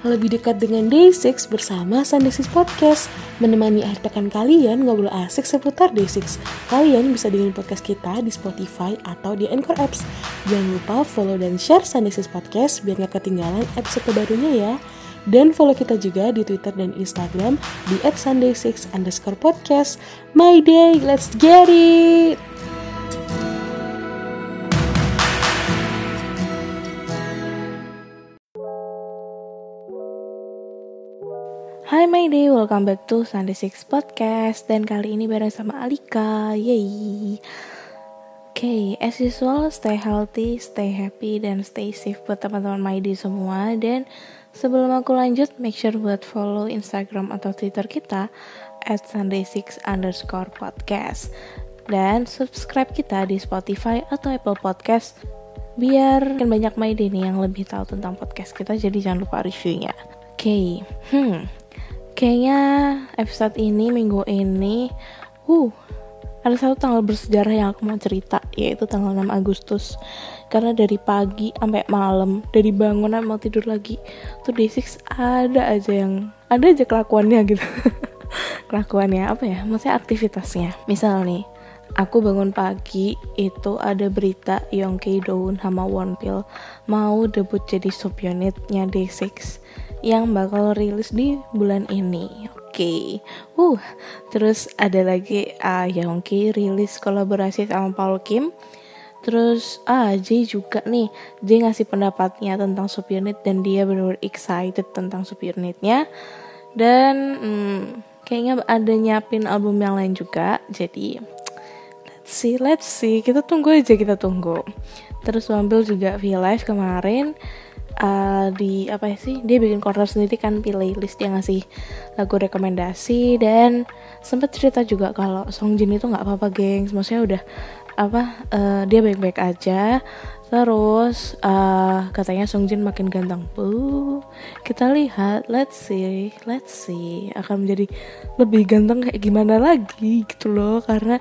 lebih dekat dengan Day6 bersama Sunday6 Podcast. Menemani akhir pekan kalian ngobrol asik seputar Day6. Kalian bisa dengerin podcast kita di Spotify atau di Anchor Apps. Jangan lupa follow dan share Sunday6 Podcast biar gak ketinggalan episode terbarunya ya. Dan follow kita juga di Twitter dan Instagram di @sunday6_podcast. My day, let's get it! Hai my day, welcome back to Sunday6 Podcast. Dan kali ini bareng sama Alika, yay. Oke, as usual, stay healthy, stay happy, dan stay safe buat teman-teman my day semua. Dan sebelum aku lanjut, make sure buat follow Instagram atau Twitter kita @sunday6_podcast. Dan subscribe kita di Spotify atau Apple Podcast biar banyak my day nih yang lebih tahu tentang podcast kita. Jadi jangan lupa reviewnya. Oke, kayaknya episode ini, minggu ini ada satu tanggal bersejarah yang aku mau cerita, yaitu tanggal 6 Agustus. Karena dari pagi sampai malam, dari bangun sampai mau tidur lagi, tuh Day6 ada aja kelakuannya gitu. Kelakuannya apa ya, maksudnya aktivitasnya. Misal nih, aku bangun pagi, itu ada berita Youngkey, Dowoon, sama Wonpil mau debut jadi subunitnya Day6 yang bakal rilis di bulan ini. Oke. Terus ada lagi Youngkey rilis kolaborasi sama Paul Kim. Terus Jay juga nih, Jay ngasih pendapatnya tentang subunit dan dia benar-benar excited tentang subunitnya. Dan kayaknya ada nyiapin album yang lain juga. Jadi let's see, kita tunggu. Terus Wonpil juga V-Live kemarin. Dia bikin corner sendiri kan, playlist, dia ngasih lagu rekomendasi dan sempat cerita juga kalau Songjin itu nggak apa-apa gengs, maksudnya udah dia baik-baik aja. Terus katanya Songjin makin ganteng. Kita lihat, let's see akan menjadi lebih ganteng kayak gimana lagi gitu loh, karena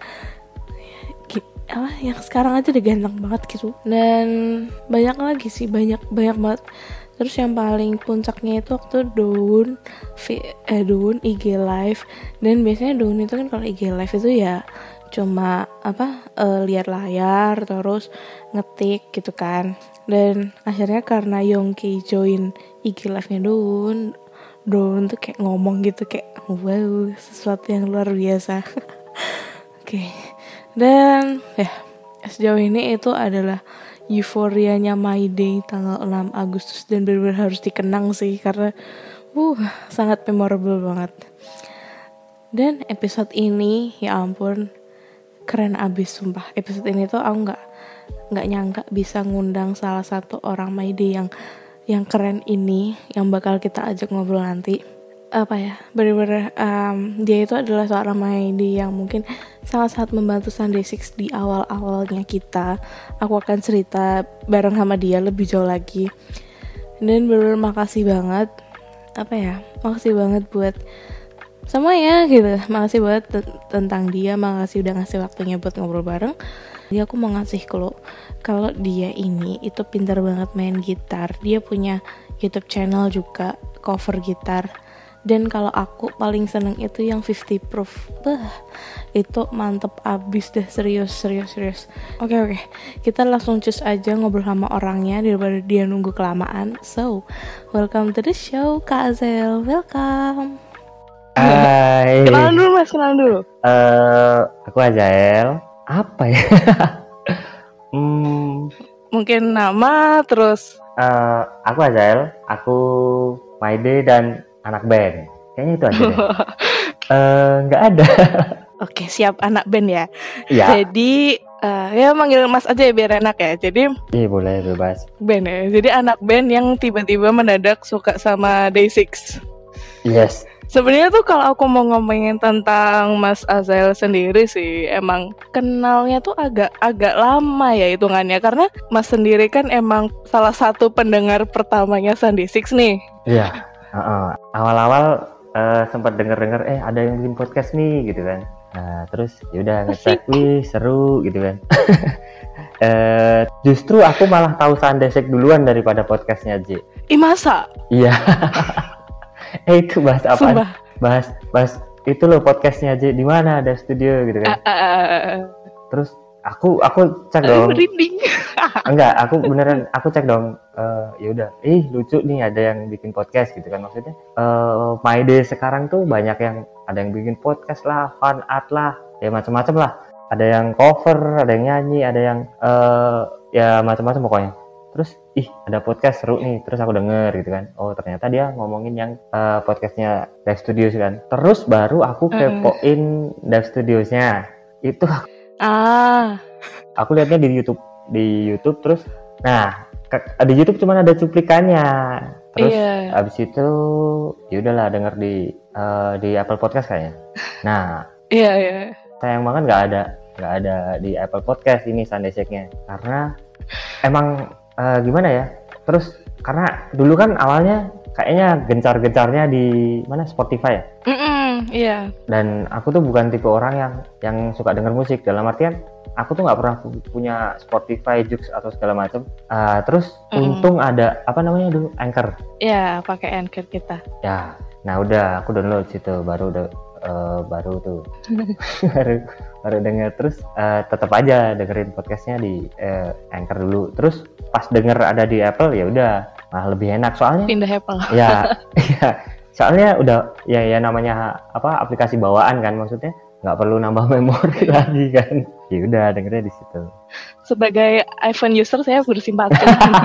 yang sekarang aja udah ganteng banget gitu. Dan banyak lagi sih, banyak banget. Terus yang paling puncaknya itu waktu Dowoon IG live. Dan biasanya Dowoon itu kan kalau IG live itu ya cuma lihat layar terus ngetik gitu kan. Dan akhirnya karena Youngkey join IG live-nya Dowoon tuh kayak ngomong gitu, kayak wow, sesuatu yang luar biasa. Oke. Dan sejauh ini itu adalah euforianya my day tanggal 6 Agustus dan benar-benar harus dikenang sih, karena sangat memorable banget. Dan episode ini ya ampun keren abis sumpah. Episode ini tuh aku nggak nyangka bisa ngundang salah satu orang my day yang keren ini, yang bakal kita ajak ngobrol nanti. Bener-bener dia itu adalah seorang Maidi yang mungkin sangat-sangat membantu Sunday6 di awal-awalnya kita. Aku akan cerita bareng sama dia lebih jauh lagi. Dan bener-bener makasih banget buat semuanya gitu. Makasih banget tentang dia, makasih udah ngasih waktunya buat ngobrol bareng. Jadi aku mau ngasih kalau dia ini itu pintar banget main gitar. Dia punya YouTube channel juga, cover gitar. Dan kalau aku paling seneng itu yang 50 Proof. Itu mantep abis dah, serius. Oke. Kita langsung cus aja ngobrol sama orangnya daripada dia nunggu kelamaan. So, welcome to the show, Kak Azel. Welcome. Hai. Kenalan dulu. Aku Azel. Apa ya? Mungkin nama terus. Aku Azel. Aku Maide dan anak band. Kayaknya itu aja deh. Nggak ada. Oke, siap, anak band ya. Iya. Jadi ya manggil Mas aja ya biar enak ya. Jadi Boleh bebas. Band ya. Jadi anak band yang tiba-tiba mendadak suka sama Day6. Yes. Sebenarnya tuh kalau aku mau ngomongin tentang Mas Azel sendiri sih, emang kenalnya tuh agak lama ya hitungannya, karena Mas sendiri kan emang salah satu pendengar pertamanya Sunday6 nih. Iya. Awal-awal sempat dengar ada yang bikin podcast nih gitu kan. Nah terus yaudah ngecek, seru gitu kan. Justru aku malah tahu Sunday6 duluan daripada podcastnya J. Masa? Iya. Itu bahas apa? Sumpah. Bahas itu loh podcastnya aja di mana ada studio gitu kan. Terus aku cek dong. Merinding. Enggak, aku beneran aku cek dong. Ya udah, lucu nih ada yang bikin podcast gitu kan, maksudnya. My Day sekarang tuh banyak yang ada yang bikin podcast lah, fan art lah, ya macam-macam lah. Ada yang cover, ada yang nyanyi, ada yang ya macam-macam pokoknya. Terus ada podcast seru nih, terus aku denger gitu kan. Oh ternyata dia ngomongin yang podcastnya Dev Studios kan. Terus baru aku kepoin Dev Studiosnya. Itu aku lihatnya di YouTube terus. Nah di YouTube cuma ada cuplikannya. Terus abis itu ya udahlah denger di Apple Podcast kayaknya. Nah sayang banget nggak ada di Apple Podcast ini Sunday Shake-nya, karena emang gimana ya, terus karena dulu kan awalnya kayaknya gencar-gencarnya di mana, Spotify ya. Iya. Dan aku tuh bukan tipe orang yang suka denger musik, dalam artian aku tuh nggak pernah punya Spotify, Joox atau segala macam. Terus untung ada apa namanya dulu, Anchor. Ya pakai Anchor kita. Ya, nah udah aku download situ, baru tuh baru denger. Terus tetap aja dengerin podcastnya di Anchor dulu. Terus pas denger ada di Apple ya udah malah lebih enak, soalnya pindah Apple. ya soalnya udah ya namanya apa, aplikasi bawaan kan, maksudnya nggak perlu nambah memori lagi kan. Ya udah dengernya di situ. Sebagai iPhone user saya bersimpati.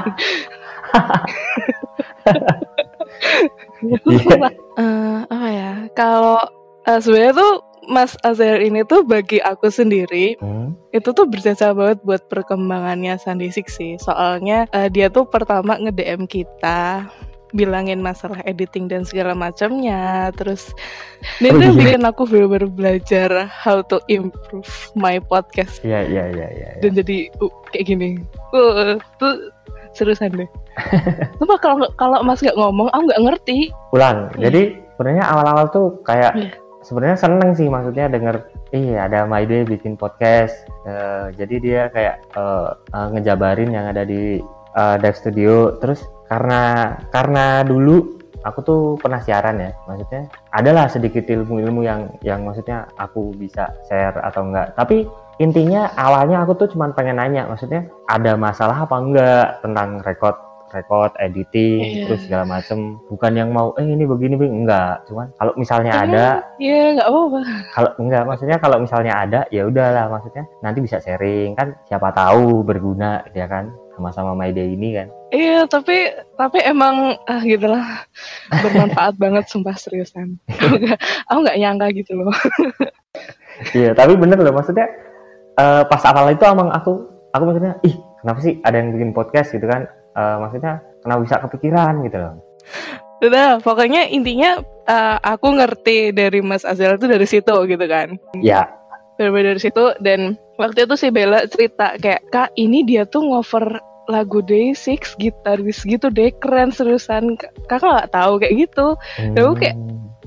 Apa ya, kalau sebenarnya tuh Mas Azael ini tuh bagi aku sendiri itu tuh berjasa banget buat perkembangannya Sunday Shake sih. Soalnya dia tuh pertama nge-DM kita bilangin masalah editing dan segala macamnya. Terus dia tuh bikin aku bener-bener belajar how to improve my podcast. Iya. Dan jadi kayak gini. Tuh seriusan deh. Cuma kalau Mas nggak ngomong, aku nggak ngerti. Ulang. Jadi sebenarnya awal-awal tuh kayak sebenarnya seneng sih, maksudnya denger ada My Day bikin podcast. Jadi dia kayak ngejabarin yang ada di Dev Studio. Terus karena dulu aku tuh pernah siaran ya, maksudnya adalah sedikit ilmu-ilmu yang maksudnya aku bisa share atau enggak. Tapi intinya awalnya aku tuh cuma pengen nanya, maksudnya ada masalah apa enggak tentang record editing terus segala macem, bukan yang mau ini begini enggak, cuman kalau misalnya ada nggak apa-apa. Kalau enggak, maksudnya kalau misalnya ada ya udahlah, maksudnya nanti bisa sharing kan, siapa tahu berguna ya kan, sama-sama My Day ini kan. Iya, tapi emang gitulah, bermanfaat banget, sumpah seriusan. Aku nggak nyangka gitu loh. Iya, tapi bener loh, maksudnya pas awal itu emang aku maksudnya kenapa sih ada yang bikin podcast gitu kan, maksudnya kenapa bisa kepikiran gitu loh. Udah, pokoknya intinya aku ngerti dari Mas Azael itu dari situ gitu kan. Iya. Dari situ, dan waktu itu si Bella cerita kayak, Kak ini dia tuh ngover lagu Day6 gitaris gitu deh, keren seriusan. Kakak nggak tahu kayak gitu. Dan aku kayak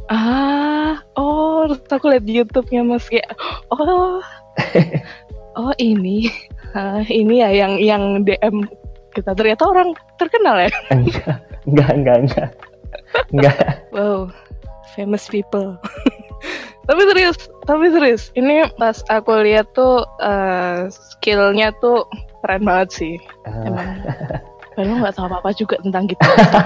terus aku lihat di YouTube-nya Mas kayak ini ya yang DM kita, ternyata orang terkenal ya. Enggak. Wow, famous people. tapi serius ini pas aku lihat tuh skillnya tuh keren banget sih. Emang padahal nggak tahu apa-apa juga tentang gitu.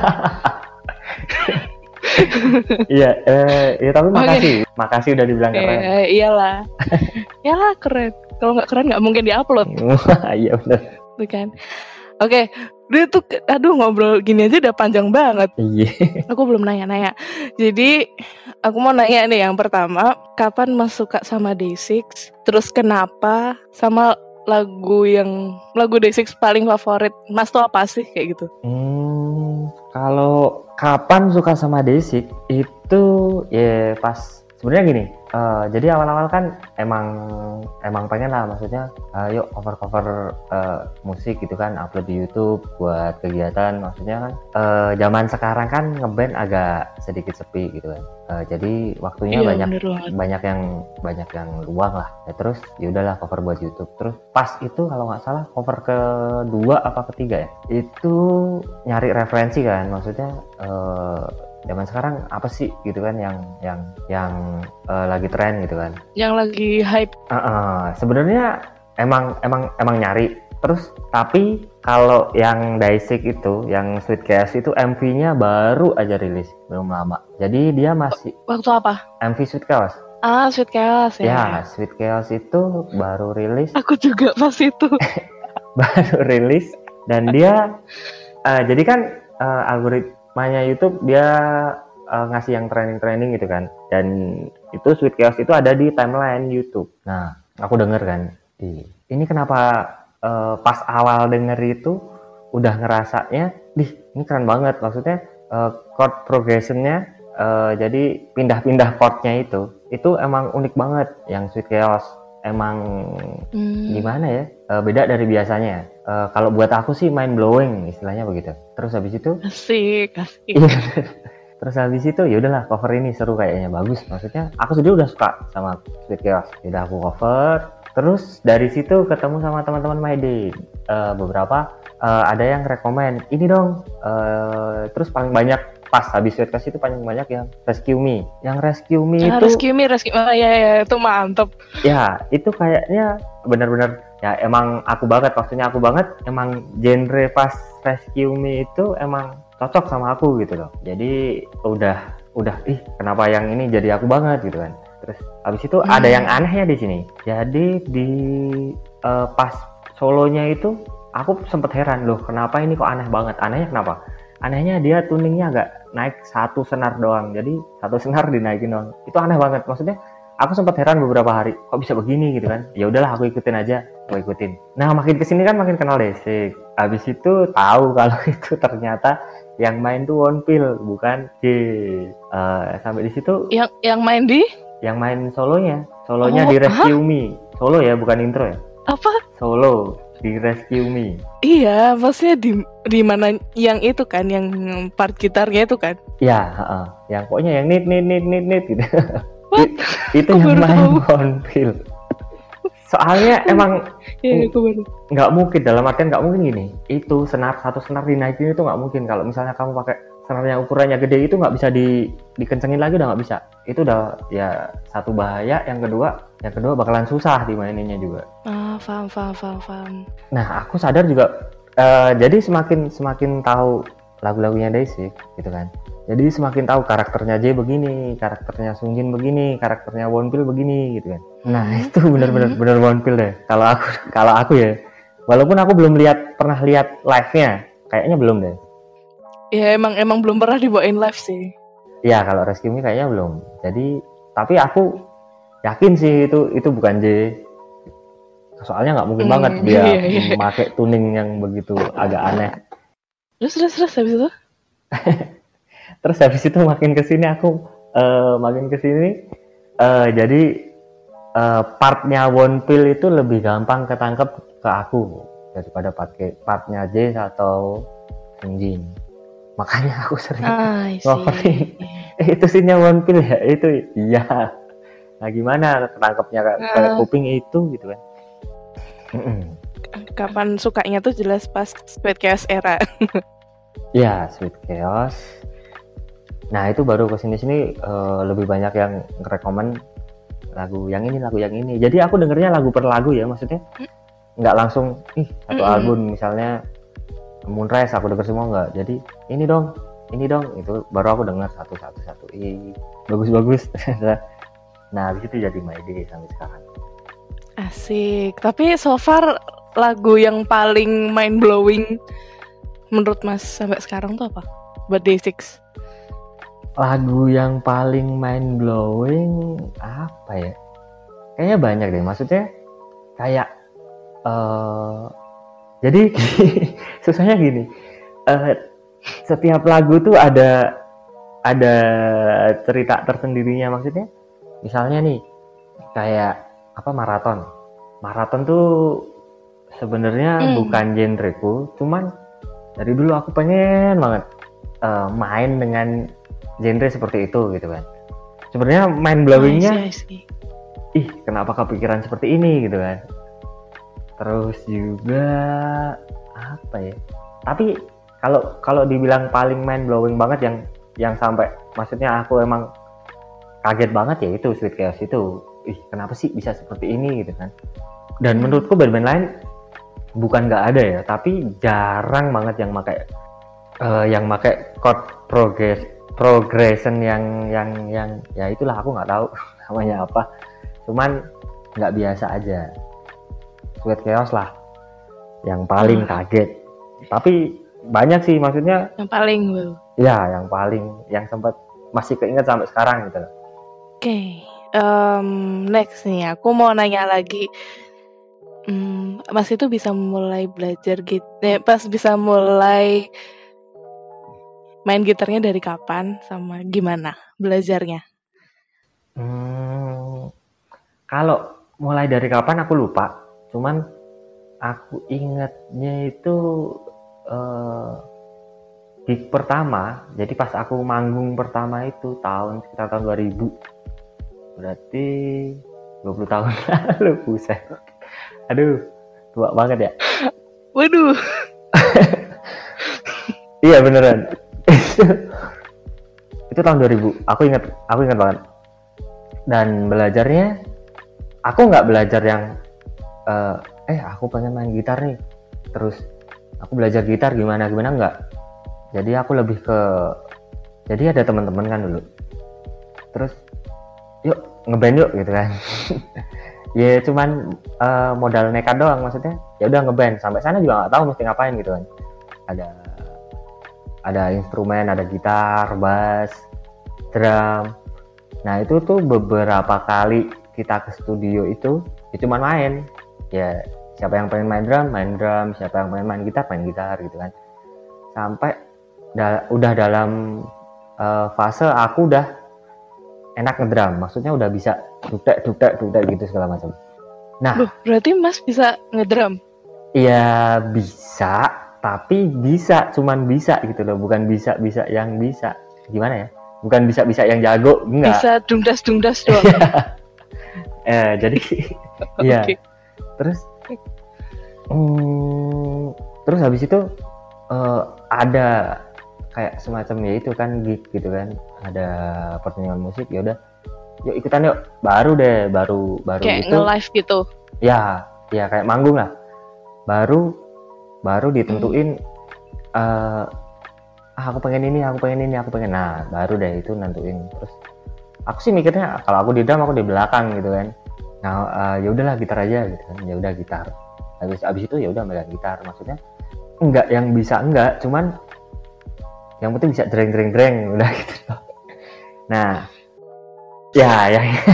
Iya, tapi makasih udah dibilang keren. Iyalah keren. Kalau nggak keren nggak mungkin diupload. Iya benar. Bukan. Oke, dia tuh ngobrol gini aja udah panjang banget. Iya. Aku belum nanya. Jadi aku mau nanya nih, yang pertama, kapan Mas suka sama Day6? Terus kenapa? Sama lagu Day6 paling favorit Mas tuh apa sih kayak gitu? Kalau kapan suka sama Day6 itu ya pas sebenarnya gini, jadi awal-awal kan emang pengen lah, maksudnya yuk cover musik gitu kan, upload di YouTube buat kegiatan. Maksudnya kan zaman sekarang kan ngeband agak sedikit sepi gitu kan, jadi waktunya Iya, banyak yang luang lah ya. Terus ya udahlah cover buat YouTube. Terus pas itu kalau nggak salah cover kedua apa ketiga ya, itu nyari referensi kan, maksudnya zaman sekarang apa sih gitu kan yang lagi tren gitu kan, yang lagi hype. Sebenarnya emang nyari terus, tapi kalau yang Daisik itu, yang Sweet Chaos itu MV-nya baru aja rilis, belum lama, jadi dia masih Waktu apa? MV Sweet Chaos. Sweet Chaos ya. Ya, Sweet Chaos itu baru rilis. Aku juga pas itu. Baru rilis, dan dia jadi kan algoritmanya YouTube dia ngasih yang trending gitu kan, dan itu Sweet Chaos itu ada di timeline YouTube. Nah, aku denger kan, ini kenapa pas awal denger itu udah ngerasanya, ini keren banget, maksudnya chord progressionnya, jadi pindah-pindah chordnya itu emang unik banget yang Sweet Chaos. Emang gimana ya, beda dari biasanya. Kalau buat aku sih mind blowing istilahnya begitu. Terus habis itu Asik. terus habis itu ya udahlah cover ini seru kayaknya, bagus, maksudnya aku sendiri udah suka sama Sweet Chaos, udah aku cover. Terus dari situ ketemu sama teman-teman Mayday, beberapa ada yang rekomen ini dong, terus paling banyak pas habis Sweet Chaos itu paling banyak yang Rescue Me. Yang Rescue Me itu Rescue Me ya itu mantep. Ya, itu kayaknya benar-benar ya emang aku banget, maksudnya aku banget, emang genre pas Rescue Me itu emang cocok sama aku gitu loh. Jadi udah kenapa yang ini jadi aku banget gitu kan. Terus habis itu ada yang anehnya di sini. Jadi di pas solonya itu aku sempet heran loh, kenapa ini kok aneh banget. Anehnya kenapa? Anehnya dia tuningnya agak naik satu senar doang, jadi satu senar dinaikin doang. Itu aneh banget, maksudnya aku sempat heran beberapa hari, kok bisa begini gitu kan. Ya udahlah aku ikutin aja, aku ikutin. Nah makin kesini kan makin kenal Daisik. Habis itu tahu kalau itu ternyata yang main tuh Wonpil bukan J. Sampai di situ. Yang main di? Yang main solonya di Rescue Me. Solo ya, bukan intro ya. Apa? Solo di Rescue Me. Iya, maksudnya di mana yang itu kan, yang part gitarnya itu kan? Ya, yang pokoknya yang nit gitu. Itu yang main Wonpil. Soalnya emang nggak mungkin, dalam artian nggak mungkin gini. Itu satu senar dinaikin itu nggak mungkin. Kalau misalnya kamu pakai senar yang ukurannya gede itu nggak bisa dikencengin lagi, udah nggak bisa. Itu udah ya satu bahaya. Yang kedua bakalan susah dimaininnya juga. Paham. Nah aku sadar juga. Jadi semakin tahu lagu-lagunya Daisik gitu kan. Jadi semakin tahu karakternya J begini, karakternya Sungjin begini, karakternya Wonpil begini gitu kan. Nah itu benar Wonpil deh. Kalau aku ya, walaupun aku belum pernah lihat live-nya, kayaknya belum deh. Ya emang belum pernah dibawain live sih. Iya kalau Rescue Me kayaknya belum. Jadi tapi aku yakin sih itu bukan J. Soalnya nggak mungkin banget dia memakai tuning yang begitu agak aneh. Terus habis itu? Terus habis itu makin kesini jadi partnya Wonpil itu lebih gampang ketangkep ke aku daripada partnya J atau Sungjin. Makanya aku sering ngoperin itu sinnya Wonpil ya, itu iya. Nah gimana ketangkepnya ke kuping itu gitu kan. Kapan sukanya tuh jelas pas Sweet Chaos era. Ya Sweet Chaos. Nah itu baru kesini lebih banyak yang ngerekomen lagu yang ini. Jadi aku dengernya lagu per lagu ya, maksudnya nggak langsung satu album misalnya Moonrise aku denger semua, nggak. Jadi ini dong itu baru aku denger satu. Bagus. Nah habis itu jadi Mayday sampai sekarang. Asik. Tapi so far lagu yang paling mind blowing menurut Mas sampai sekarang tuh apa? Buat Day6. Lagu yang paling mind blowing apa ya? Kayaknya banyak deh. Maksudnya kayak jadi susahnya gini. Setiap lagu tuh ada cerita tersendirinya, maksudnya misalnya nih kayak apa, maraton tuh sebenarnya bukan genreku, cuman dari dulu aku pengen banget main dengan genre seperti itu gitu kan. Sebenarnya mind blowingnya, ih kenapa kepikiran seperti ini gitu kan. Terus juga apa ya, tapi kalau dibilang paling mind blowing banget yang sampai maksudnya aku emang kaget banget ya itu Sweet Chaos itu. Ih kenapa sih bisa seperti ini gitu kan. Dan menurutku band-band lain bukan nggak ada ya, tapi jarang banget yang pakai chord progression yang ya itulah, aku nggak tahu namanya apa, cuman nggak biasa aja. Sweet Chaos lah yang paling kaget, tapi banyak sih maksudnya yang paling yang sempat masih keinget sampai sekarang gitu. Oke. Next nih aku mau nanya lagi, Mas itu bisa mulai belajar bisa mulai main gitarnya dari kapan sama gimana belajarnya? Kalau mulai dari kapan aku lupa, cuman aku ingatnya itu gig pertama. Jadi pas aku manggung pertama itu sekitar tahun 2000, berarti 20 tahun lalu. Buset, aduh tua banget ya. Waduh. Iya beneran. Itu tahun 2000, aku ingat banget. Dan belajarnya aku nggak belajar yang aku pengen main gitar nih, terus aku belajar gitar gimana enggak. Jadi aku lebih ke, jadi ada teman-teman kan dulu, terus yuk ngeband yuk gitu kan. Ya cuman modal nekat doang, maksudnya ya udah ngeband. Sampai sana juga nggak tahu mesti ngapain gitu kan. Ada instrumen, ada gitar, bass, drum. Nah itu tuh beberapa kali kita ke studio itu ya cuman main. Ya siapa yang pengen main drum, siapa yang pengen main gitar gitu kan. Sampai udah dalam fase aku udah enak ngedrum, maksudnya udah bisa dudek gitu segala macam. Nah, berarti Mas bisa ngedrum? Iya bisa, tapi cuman bisa gitu loh, bukan bisa yang bisa. Gimana ya? Bukan bisa yang jago, enggak. Bisa dungdas doang. Jadi iya. Okay. Terus habis itu ada kayak semacam ya itu kan gig gitu kan, ada pertunjukan musik, ya udah yuk ikutan yuk. Baru kayak itu nge-live gitu ya kayak manggung lah, baru ditentuin aku pengen ini, nah baru deh itu nentuin. Terus aku sih mikirnya kalau aku di drum aku di belakang gitu kan. Nah ya udahlah gitar aja gitu kan, ya udah gitar. Habis itu ya udah megang gitar, maksudnya enggak yang bisa enggak, cuman yang penting bisa dreng udah gitu. Nah ya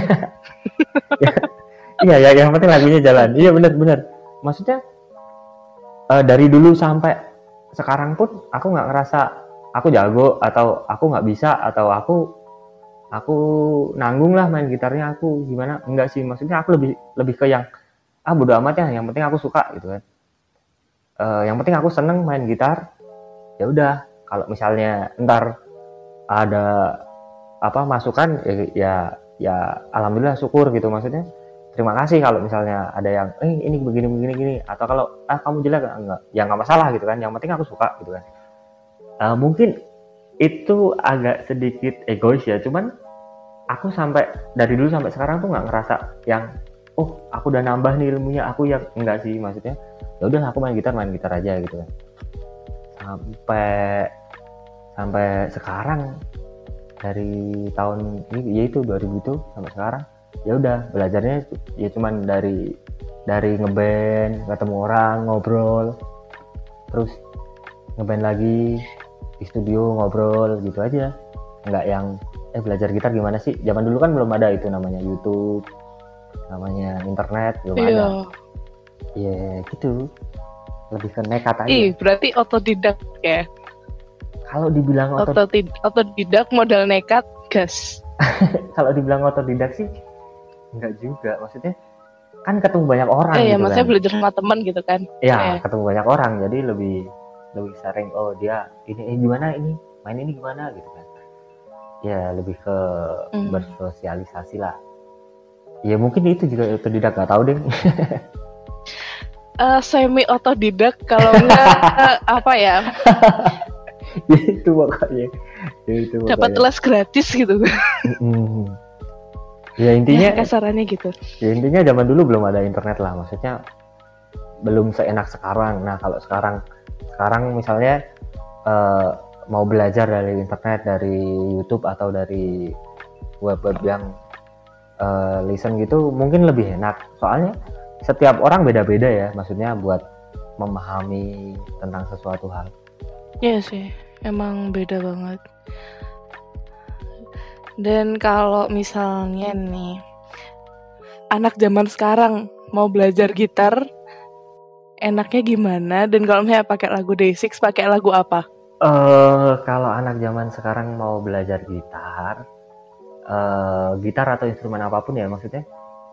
yang penting lagunya jalan. Iya benar maksudnya dari dulu sampai sekarang pun aku nggak ngerasa aku jago atau aku nggak bisa atau aku nanggung lah main gitarnya, aku gimana, enggak sih. Maksudnya aku lebih ke yang bodo amat ya, yang penting aku suka gitu kan. Yang penting aku seneng main gitar, ya udah. Kalau misalnya ntar ada masukan ya alhamdulillah, syukur gitu. Maksudnya terima kasih kalau misalnya ada yang ini begini, atau kalau kamu jelek nggak masalah gitu kan, yang penting aku suka gitu kan. Mungkin itu agak sedikit egois ya, cuman aku dari dulu sampai sekarang tuh nggak ngerasa yang aku udah nambah nih ilmunya, aku yang enggak sih. Maksudnya ya udah aku main gitar aja gitu kan, sampai sekarang. Dari tahun ini yaitu 2000 itu sampai sekarang ya udah belajarnya ya cuman dari ngeband, ketemu orang, ngobrol, terus ngeband lagi di studio, ngobrol gitu aja. Nggak yang belajar gitar gimana sih, zaman dulu kan belum ada itu namanya YouTube, namanya internet, belum ada. Ya gitu, lebih ke nekat aja. Berarti otodidak ya. Kalau dibilang otodidak modal nekat, gas. Kalau dibilang otodidak sih enggak juga, maksudnya kan ketemu banyak orang ya gitu maksudnya kan. belajar sama teman gitu kan. Ya ketemu banyak orang jadi lebih lebih sering, oh dia ini gimana, ini main ini gimana gitu kan. Ya lebih ke bersosialisasi lah. Ya mungkin itu juga otodidak, gak tahu deh. Semi otodidak kalau enggak apa ya, Ya itu makanya. dapat les gratis gitu. Ya intinya kasarannya gitu. Ya intinya zaman dulu belum ada internet lah, maksudnya belum seenak sekarang. Nah kalau sekarang misalnya mau belajar dari internet, dari YouTube atau dari web-web yang listen gitu, mungkin lebih enak. Soalnya setiap orang beda-beda ya, maksudnya buat memahami tentang sesuatu hal. Iya sih, emang beda banget. Dan kalau misalnya nih, anak zaman sekarang mau belajar gitar, enaknya gimana? Dan kalau misalnya pakai lagu Day6, pakai lagu apa? Kalau anak zaman sekarang mau belajar gitar, gitar atau instrumen apapun ya, maksudnya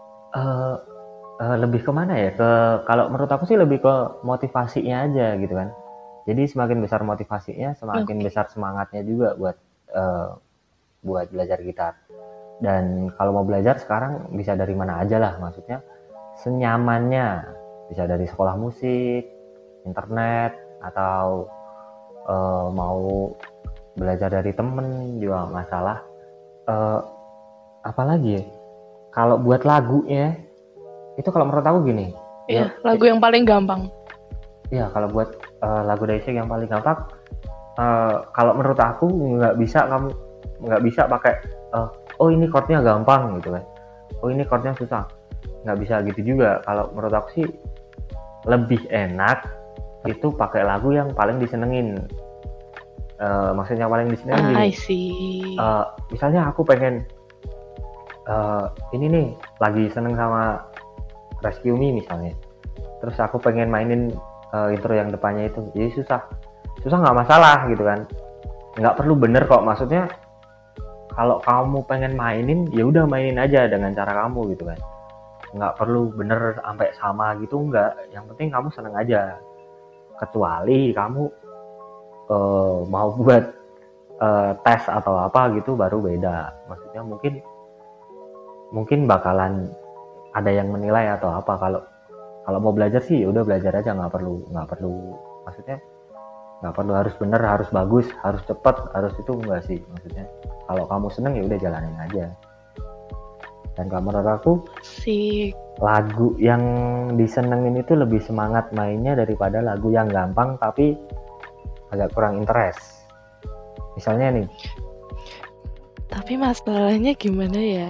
lebih kemana ya? Kalau menurut aku sih lebih ke motivasinya aja gitu kan. Jadi semakin besar motivasinya, semakin besar semangatnya juga buat belajar gitar. Dan kalau mau belajar sekarang bisa dari mana aja lah, maksudnya senyamannya. Bisa dari sekolah musik, internet, atau mau belajar dari temen juga masalah. Apalagi ya, kalau buat lagunya itu kalau menurut aku gini. Iya, lagu yang paling gampang. Iya, kalau buat lagu Day6 yang paling gampang, kalau menurut aku nggak bisa pakai oh ini chordnya gampang gitu kan, oh ini chordnya susah, nggak bisa gitu juga. Kalau menurut aku sih lebih enak itu pakai lagu yang paling disenengin. Maksudnya paling disenengin gini, I see. Misalnya aku pengen ini nih lagi seneng sama Rescue Me misalnya, terus aku pengen mainin intro yang depannya itu, jadi susah nggak masalah gitu kan, nggak perlu bener kok. Maksudnya kalau kamu pengen mainin ya udah mainin aja dengan cara kamu gitu kan, nggak perlu bener sampai sama gitu, nggak. Yang penting kamu seneng aja. Kecuali kamu mau buat tes atau apa gitu baru beda. Maksudnya mungkin bakalan ada yang menilai atau apa. Kalau mau belajar sih ya udah belajar aja, nggak perlu maksudnya nggak perlu harus bener, harus bagus, harus cepet, harus itu, enggak sih. Maksudnya kalau kamu seneng ya udah jalanin aja. Dan menurut aku lagu yang disenengin itu lebih semangat mainnya daripada lagu yang gampang tapi agak kurang interest. Misalnya nih, tapi masalahnya gimana ya,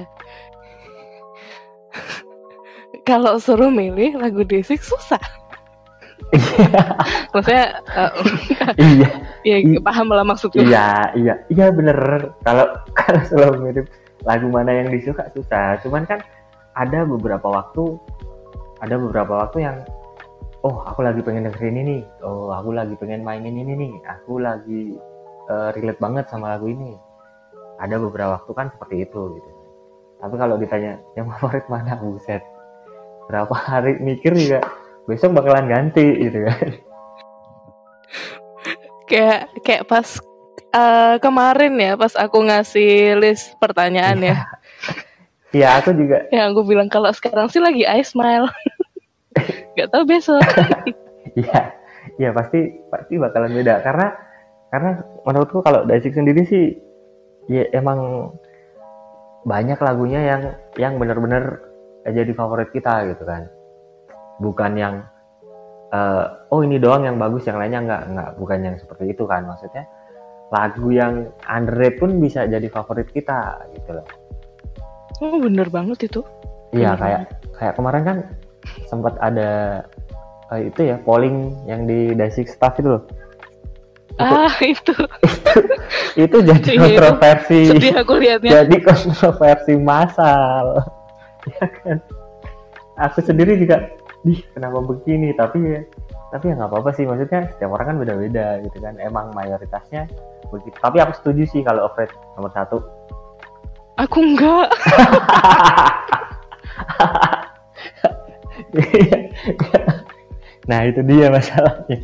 kalau suruh milih lagu Day6 susah. Maksudnya iya, paham lah maksudku. Iya bener. Kalau selalu mirip lagu mana yang disuka susah. Cuman kan ada beberapa waktu yang aku lagi pengen dengerin ini, aku lagi pengen mainin ini nih, aku lagi relate banget sama lagu ini. Ada beberapa waktu kan seperti itu gitu. Tapi kalau ditanya yang favorit mana, buset, berapa hari mikir juga besok bakalan ganti gitu kan. Kayak pas kemarin ya, pas aku ngasih list pertanyaan ya. Iya, aku juga. Yang aku bilang kalau sekarang sih lagi I smile. Gak tahu besok. Iya pasti bakalan beda karena menurutku kalau Day6 sendiri sih ya emang banyak lagunya yang benar-benar jadi favorit kita gitu kan. Bukan yang ini doang yang bagus, yang lainnya enggak, bukan yang seperti itu kan. Maksudnya lagu yang underrated pun bisa jadi favorit kita gitu loh. Oh bener banget itu. Iya, kayak kemarin kan sempat ada itu ya, polling yang di Day6 staff itu loh. Itu jadi kontroversi. Sedih aku lihatnya. Jadi kontroversi massal. Ya kan. Aku sendiri juga, kenapa begini? Tapi ya nggak apa-apa sih, maksudnya setiap orang kan beda-beda gitu kan. Emang mayoritasnya begitu. Tapi aku setuju sih kalau Offred nomor 1. Aku enggak. Nah itu dia masalahnya.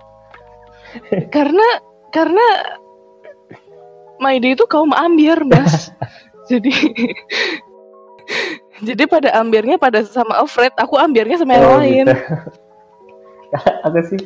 Karena My Day itu kaum ambiar, Mas. Jadi pada ambiarnya pada sama Alfred, aku ambiarnya sama yang lain. Gitu. Aku sih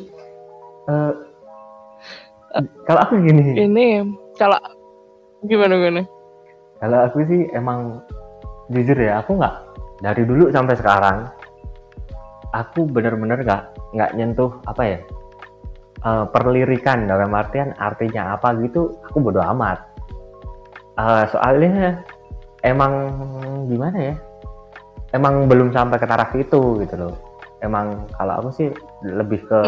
kalau aku gini. Ini kalau gimana? Kalau aku sih emang jujur ya, aku nggak dari dulu sampai sekarang, aku benar-benar nggak nyentuh apa ya, perlirikan dalam artian artinya apa gitu, aku bodo amat. Soalnya emang gimana ya, emang belum sampai ke taraf itu gitu loh. Emang kalau aku sih lebih ke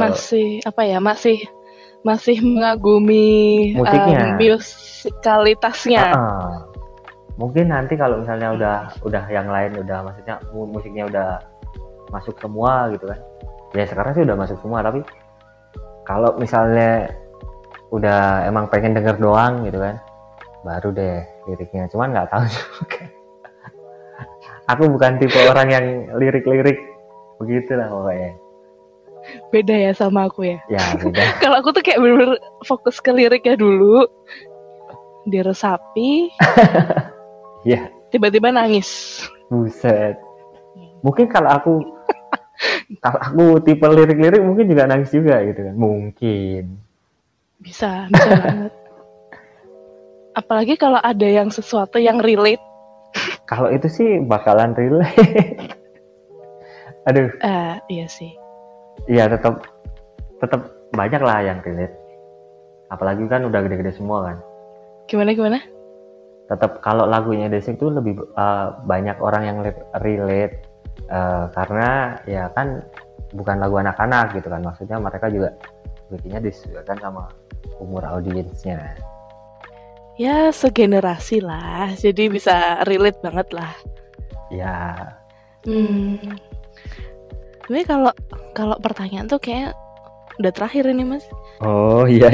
masih mengagumi musiknya, musikalitasnya. Mungkin nanti kalau misalnya udah yang lain, udah maksudnya musiknya udah masuk semua gitu kan, ya sekarang sih udah masuk semua, tapi kalau misalnya udah emang pengen denger doang gitu kan, baru deh liriknya. Cuman nggak tahu juga. Aku bukan tipe orang yang lirik begitulah pokoknya. Beda ya sama aku ya. Ya beda. Kalau aku tuh kayak bener-bener fokus ke liriknya dulu, diresapi. Ya. Tiba-tiba nangis. Buset. Mungkin kalau aku tipe lirik mungkin juga nangis juga gitu kan. Mungkin. Bisa banget. Apalagi kalau ada yang sesuatu yang relate. Kalau itu sih bakalan relate. Aduh. Iya sih. Iya tetap banyak lah yang relate. Apalagi kan udah gede-gede semua kan. Gimana? Tetap kalau lagunya Desik tuh lebih banyak orang yang relate karena ya kan bukan lagu anak-anak gitu kan, maksudnya mereka juga bikinnya disesuaikan sama umur audiensnya. Ya segenerasi lah, jadi bisa relate banget lah. Ya. Ini kalau pertanyaan tuh kayak udah terakhir ini Mas. Oh iya.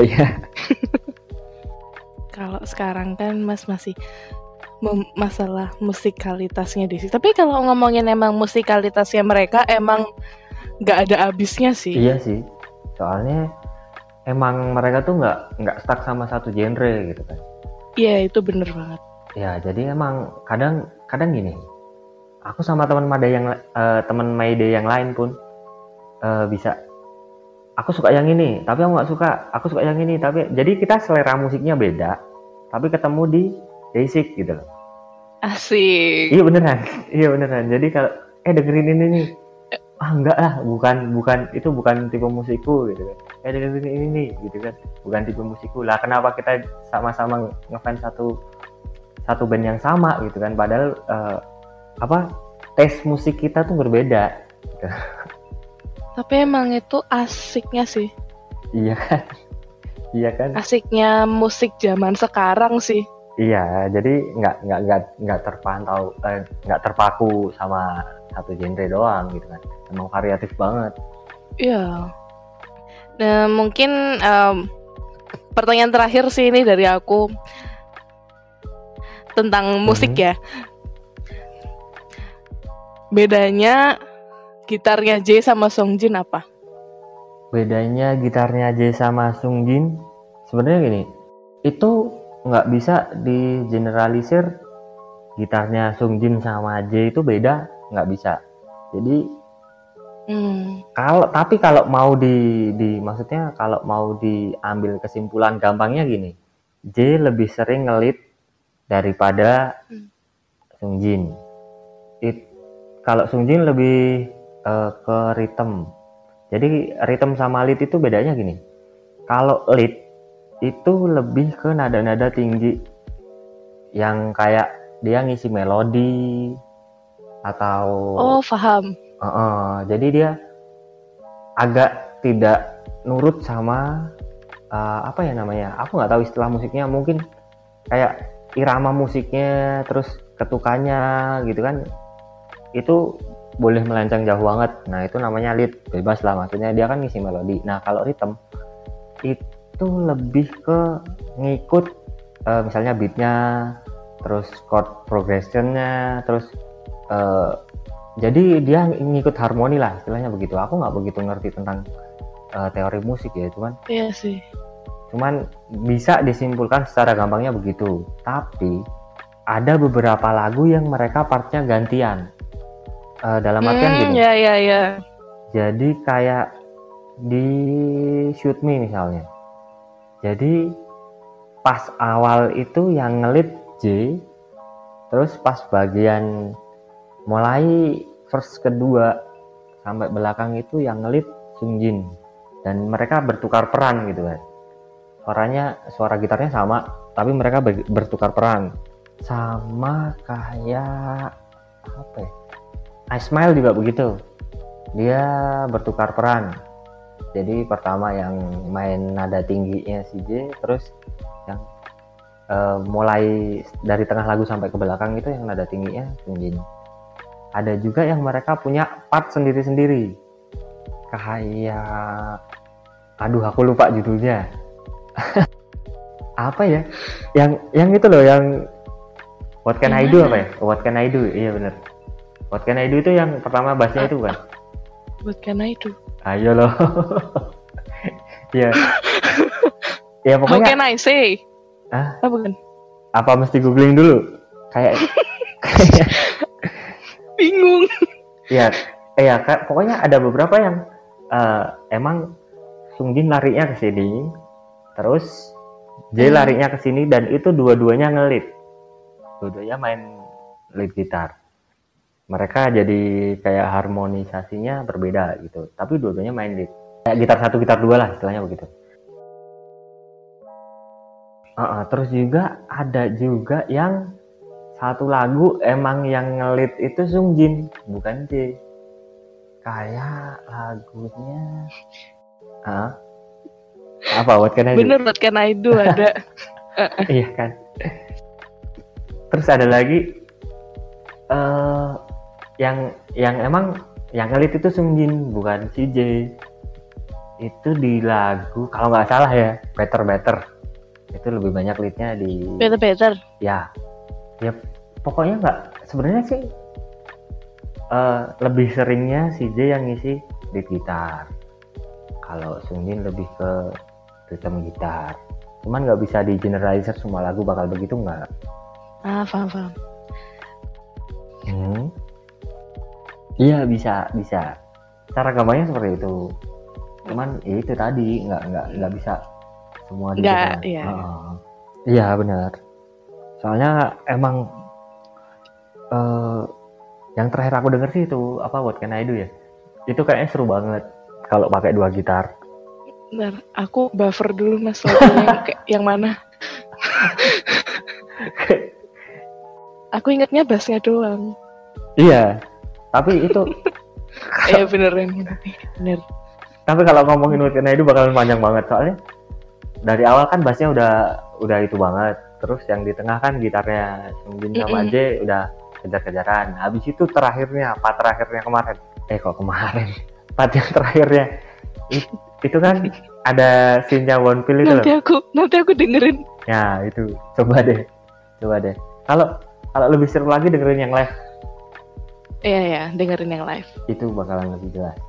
Kalau sekarang kan Mas masih masalah musikalitasnya di sini. Tapi kalau ngomongin emang musikalitasnya mereka emang nggak ada habisnya sih. Iya sih. Soalnya emang mereka tuh nggak stuck sama satu genre gitu kan. Iya itu bener banget. Ya jadi emang kadang gini. Aku sama teman Mayday yang lain pun bisa. Aku suka yang ini, tapi aku nggak suka. Aku suka yang ini, tapi jadi kita selera musiknya beda. Tapi ketemu di Desik gitu loh. Asik. Iya beneran. Jadi kalau dengerin ini nih, enggak lah, bukan itu bukan tipe musikku gitu kan. Dengerin ini nih gitu kan, bukan tipe musikku lah. Kenapa kita sama-sama ngefans satu band yang sama gitu kan? Padahal tes musik kita tuh berbeda. Gitu. Tapi emang itu asiknya sih. Iya kan. Asiknya musik zaman sekarang sih. Iya, jadi nggak terpaku sama satu genre doang gitu kan. Emang variatif banget. Iya. Nah mungkin pertanyaan terakhir sih ini dari aku tentang musik ya. Bedanya gitarnya J sama Songjin apa? Bedanya gitarnya J sama Songjin sebenarnya gini, itu nggak bisa digeneralisir gitarnya Songjin sama J itu beda, nggak bisa. Jadi kalau mau maksudnya kalau mau diambil kesimpulan gampangnya gini, J lebih sering ngelit daripada Songjin. Kalau Songjin lebih ke rhythm. Jadi rhythm sama lead itu bedanya gini. Kalau lead itu lebih ke nada-nada tinggi yang kayak dia ngisi melodi atau paham. Jadi dia agak tidak nurut sama apa ya namanya? Aku nggak tahu istilah musiknya, mungkin kayak irama musiknya terus ketukannya gitu kan. Itu boleh melenceng jauh banget. Nah itu namanya lead, bebas lah, maksudnya dia kan ngisi melodi. Nah kalau rhythm itu lebih ke ngikut misalnya beatnya, terus chord progressionnya, terus jadi dia ngikut harmoni lah istilahnya begitu. Aku nggak begitu ngerti tentang teori musik ya, Iya sih. cuman bisa disimpulkan secara gampangnya begitu. Tapi ada beberapa lagu yang mereka partnya gantian, dalam artian gini. Ya. Jadi kayak di Shoot Me misalnya, jadi pas awal itu yang ngelit J, terus pas bagian mulai verse kedua sampai belakang itu yang ngelit Sungjin, dan mereka bertukar peran gitu kan. Suara gitarnya sama, tapi mereka bertukar peran. Sama kayak apa ya? I Smile juga begitu. Dia bertukar peran. Jadi pertama yang main nada tingginya si J, terus yang mulai dari tengah lagu sampai ke belakang itu yang nada tingginya Sungjin. Ada juga yang mereka punya part sendiri-sendiri. Kayak aduh aku lupa judulnya. Apa ya? Yang itu loh, yang What Can I Do apa ya? What Can I Do? Iya bener. What Can I Do itu yang pertama bassnya itu kan? What Can I Do? Ayo loh. Iya. Ya pokoknya. How Can I Say? Apa kan? Apa mesti googling dulu? Kayak bingung. Ya, pokoknya ada beberapa yang emang Sungjin larinya ke sini, terus J larinya ke sini, dan itu dua-duanya ngelit. Dua-duanya main lead gitar. Mereka jadi kayak harmonisasinya berbeda gitu, tapi dua-duanya main lead. Kayak gitar satu, gitar dua lah istilahnya begitu. Terus juga ada juga yang satu lagu emang yang ngelit itu Sungjin, bukan J. Kayak lagunya apa? What Can I Do? Bener, What Can I Do ada. Iya kan. Terus ada lagi yang emang yang ngelit itu Sungjin, bukan si J. Itu di lagu kalau nggak salah ya, Better. Itu lebih banyak leadnya di Better. Ya pokoknya nggak, sebenarnya sih lebih seringnya si J yang ngisi lead gitar, kalau Sungjin lebih ke rhythm gitar. Cuman nggak bisa di generalizer semua lagu bakal begitu, nggak. Paham. Iya bisa cara gampangnya seperti itu. Cuman ya itu tadi nggak bisa semua di iya benar. Soalnya emang yang terakhir aku denger sih itu apa, What Can I Do ya, itu kayaknya seru banget kalau pakai dua gitar. Bentar, aku buffer dulu mas lagunya yang mana. Aku ingatnya bassnya doang. Iya, tapi itu iya bener. Tapi kalau ngomongin What Can I Do bakalan panjang banget, soalnya dari awal kan bassnya udah itu banget, terus yang di tengah kan gitarnya Sungjin sama J udah kejar-kejaran. Habis itu part terakhirnya kemarin, part yang terakhirnya itu kan ada scene-nya One Pill itu nanti aku dengerin. Ya itu coba deh. Kalau lebih seru lagi dengerin yang live. Iya dengerin yang live. Itu bakalan lebih jelas.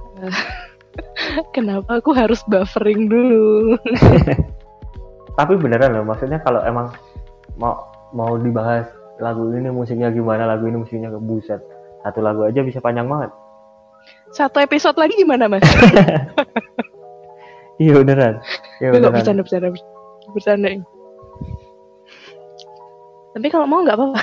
Kenapa aku harus buffering dulu? Tapi beneran loh, maksudnya kalau emang mau dibahas lagu ini musiknya gimana, lagu ini musiknya kebuset, satu lagu aja bisa panjang banget. Satu episode lagi gimana mas? Iya beneran. Bercanda. Tapi kalau mau nggak apa-apa.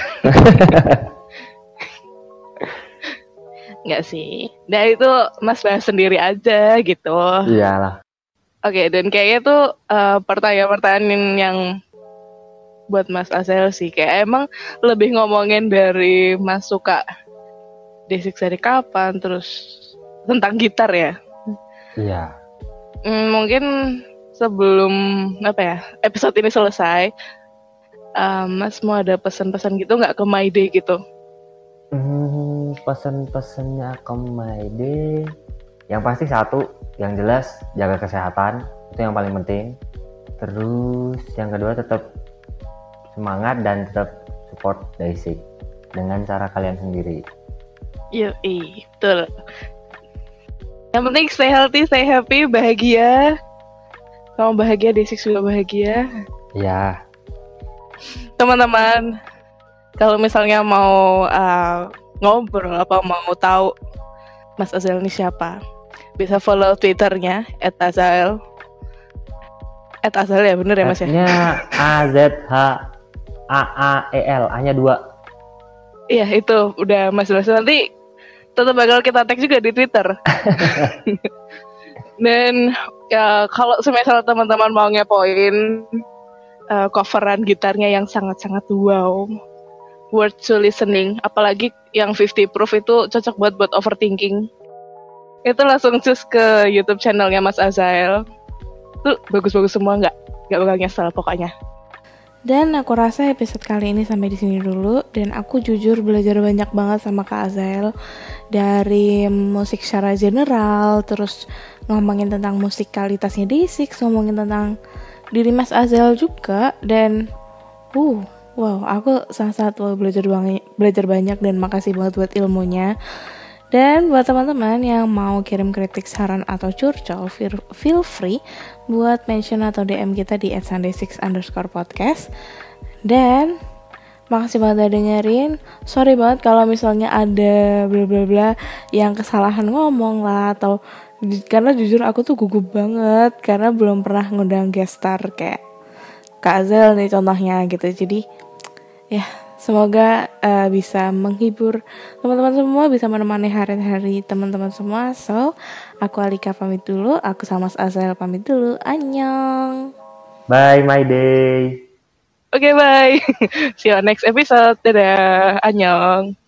Nggak sih. Nah itu mas bahas sendiri aja gitu. Iyalah. Oke, dan kayaknya tuh pertanyaan-pertanyaan yang buat Mas Azel sih, kayak emang lebih ngomongin dari Mas suka Day6 dari kapan, terus tentang gitar ya. Iya. Mungkin sebelum episode ini selesai, Mas mau ada pesan-pesan gitu nggak ke My Day gitu? Pesan-pesannya ke My Day, yang pasti satu, yang jelas jaga kesehatan, itu yang paling penting. Terus yang kedua tetap semangat dan tetap support Day6 dengan cara kalian sendiri. Betul. Yang penting stay healthy, stay happy, bahagia. Kamu bahagia, Day6 juga bahagia. Ya. Teman-teman, kalau misalnya mau ngobrol apa mau tahu Mas Azael ini siapa, bisa follow Twitternya @azael. @azael ya, bener ya Mas ya? Nya AZHAAEL, hanya 2. Iya, itu udah Mas jelas. Nanti tetap bakal kita tag juga di Twitter. Dan ya, kalau semisal teman-teman mau ngepoin coveran gitarnya yang sangat-sangat wow, worth to listening, apalagi yang 50 Proof itu cocok buat overthinking, itu langsung cus ke YouTube channelnya Mas Azael. Itu bagus-bagus semua, nggak bakal nyesel pokoknya. Dan aku rasa episode kali ini sampai di sini dulu. Dan aku jujur belajar banyak banget sama Kak Azael, dari musik secara general, terus ngomongin tentang musikalitasnya Day6, ngomongin tentang diri Mas Azael juga. Dan wow, aku sangat-sangat belajar banyak dan makasih banget buat ilmunya. Dan buat teman-teman yang mau kirim kritik, saran, atau curcol, feel free buat mention atau DM kita di @sunday6_podcast. Dan makasih banget udah dengerin. Sorry banget kalau misalnya ada bla bla bla yang kesalahan ngomong lah, atau karena jujur aku tuh gugup banget karena belum pernah ngundang guest star kayak Kak Azael nih contohnya gitu. Jadi ya, semoga bisa menghibur teman-teman semua, bisa menemani hari-hari teman-teman semua. So, aku Alika pamit dulu, aku sama Mas Azael pamit dulu. Annyeong. Bye my day. Oke, bye. See you next episode. Dadah. Annyeong.